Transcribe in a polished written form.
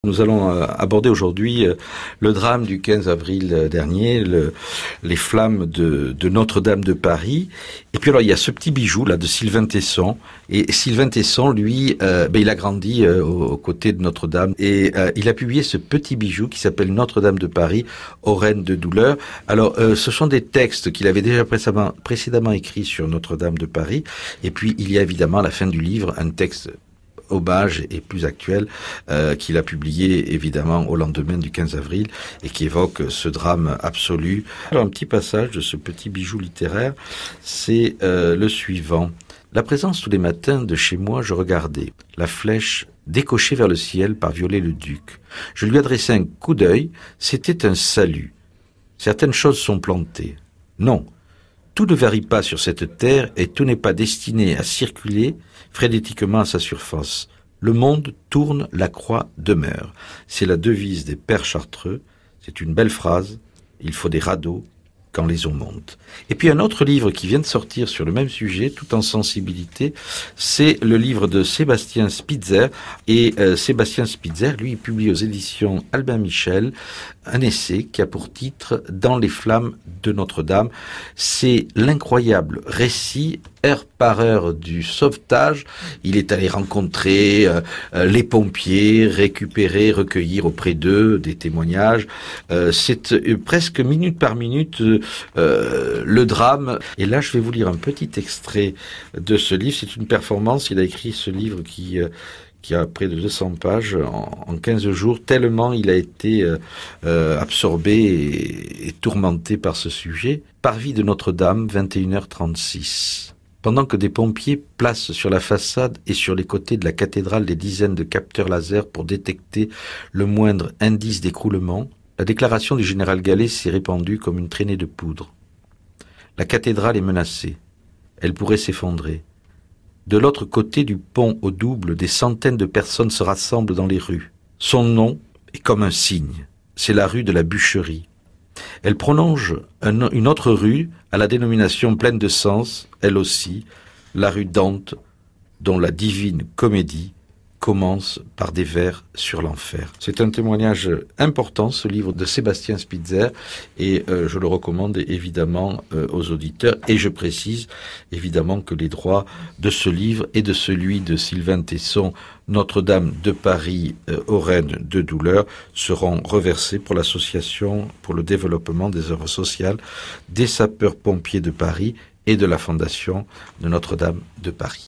Nous allons aborder aujourd'hui le drame du 15 avril dernier, les flammes de Notre-Dame de Paris. Et puis alors il y a ce petit bijou là de Sylvain Tesson. Et Sylvain Tesson, lui, il a grandi aux côtés de Notre-Dame et il a publié ce petit bijou qui s'appelle Notre-Dame de Paris, aux reines de douleur. Alors ce sont des textes qu'il avait déjà précédemment écrits sur Notre-Dame de Paris. Et puis il y a évidemment à la fin du livre un texte hommage et plus actuel qu'il a publié évidemment au lendemain du 15 avril et qui évoque ce drame absolu. Alors un petit passage de ce petit bijou littéraire, c'est le suivant. La présence tous les matins de chez moi, je regardais la flèche décochée vers le ciel par Viollet-le-Duc. Je lui adressais un coup d'œil, c'était un salut. Certaines choses sont plantées. Non, tout ne varie pas sur cette terre et tout n'est pas destiné à circuler frénétiquement à sa surface. Le monde tourne, la croix demeure. C'est la devise des pères chartreux. C'est une belle phrase. Il faut des radeaux quand les eaux montent. Et puis un autre livre qui vient de sortir sur le même sujet, tout en sensibilité, c'est le livre de Sébastien Spitzer. Et Sébastien Spitzer, lui, publie aux éditions Albin Michel un essai qui a pour titre « Dans les flammes de Notre-Dame ». C'est l'incroyable récit heure par heure du sauvetage. Il est allé rencontrer les pompiers, récupérer, recueillir auprès d'eux des témoignages. C'est presque minute par minute le drame. Et là, je vais vous lire un petit extrait de ce livre. C'est une performance. Il a écrit ce livre qui a près de 200 pages en 15 jours, tellement il a été absorbé et tourmenté par ce sujet. Parvis de Notre-Dame, 21h36. Pendant que des pompiers placent sur la façade et sur les côtés de la cathédrale des dizaines de capteurs laser pour détecter le moindre indice d'écroulement, la déclaration du général Gallet s'est répandue comme une traînée de poudre. La cathédrale est menacée. Elle pourrait s'effondrer. De l'autre côté du pont au double, des centaines de personnes se rassemblent dans les rues. Son nom est comme un signe. C'est la rue de la Bûcherie. Elle prolonge une autre rue à la dénomination pleine de sens, elle aussi, la rue Dante, dont la divine comédie commence par des vers sur l'enfer. C'est un témoignage important, ce livre de Sébastien Spitzer, et je le recommande évidemment aux auditeurs. Et je précise évidemment que les droits de ce livre et de celui de Sylvain Tesson, Notre-Dame de Paris, aux reines de douleur, seront reversés pour l'association pour le développement des œuvres sociales des sapeurs-pompiers de Paris et de la Fondation de Notre-Dame de Paris.